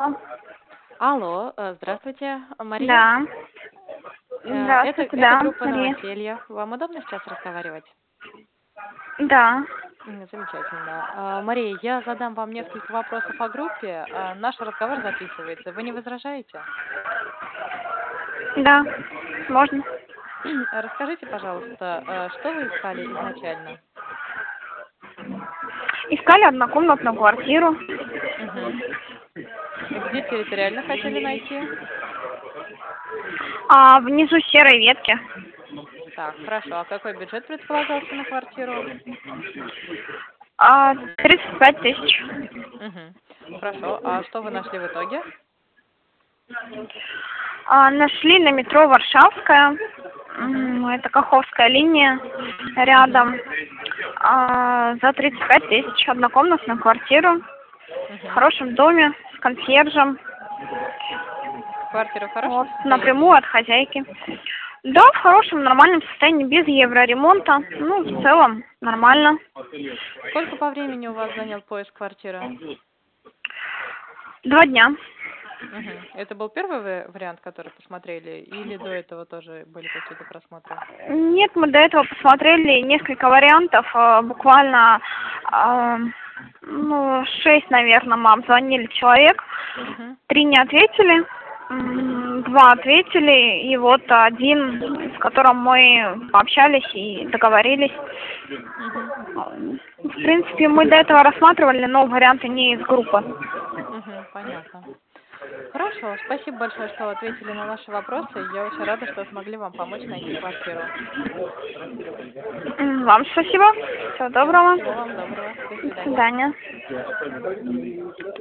А, Алло, здравствуйте, Мария. Да, Это, здравствуйте, это да, группа Мария. «Новоселье». Вам удобно сейчас разговаривать? Да, Замечательно. Мария, я задам вам несколько вопросов о группе. Наш разговор записывается. Вы не возражаете? да, можно. Расскажите, пожалуйста, что вы искали изначально? Искали однокомнатную квартиру. Мгм. Где территориально хотели найти? Внизу серой ветки. Так, хорошо. А какой бюджет предполагался на квартиру? 35 тысяч. Мгм. Хорошо. А что вы нашли в итоге? Нашли на метро Варшавская. Мгм. Это Каховская линия Мгм. рядом. За 35 тысяч однокомнатную квартиру в Мгм. хорошем доме, с консьержем. Квартира в Вот, хорошем напрямую состоянии? от хозяйки. Да, в хорошем, нормальном состоянии, без евроремонта. Ну, в целом, нормально. Сколько по времени у вас занял поиск квартиры? 2 дня. Мгм. Это был первый вариант, который посмотрели, или до этого тоже были какие-то просмотры? Нет, мы до этого посмотрели несколько вариантов. Буквально, 6, наверное, мы обзвонили человек. Мгм. 3 не ответили, 2 ответили, и вот один, с которым мы пообщались и договорились. Мгм. В принципе, мы до этого рассматривали, но варианты не из группы. Мгм. Понятно. Хорошо, спасибо большое, что ответили на наши вопросы. Я очень рада, что смогли вам помочь найти квартиру. Вам спасибо. Всего Все, доброго. всего вам доброго. До До свидания. свидания.